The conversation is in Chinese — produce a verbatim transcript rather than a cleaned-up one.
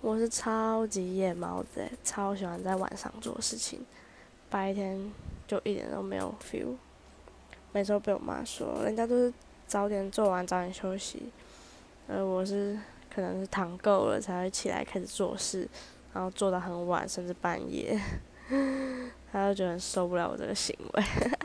我是超级夜猫子欸，超喜欢在晚上做事情，白天就一点都没有 feel。每次都被我妈说，人家都是早点做完早点休息，而我是可能是躺够了才会起来开始做事，然后做到很晚甚至半夜，她就觉得很受不了我这个行为。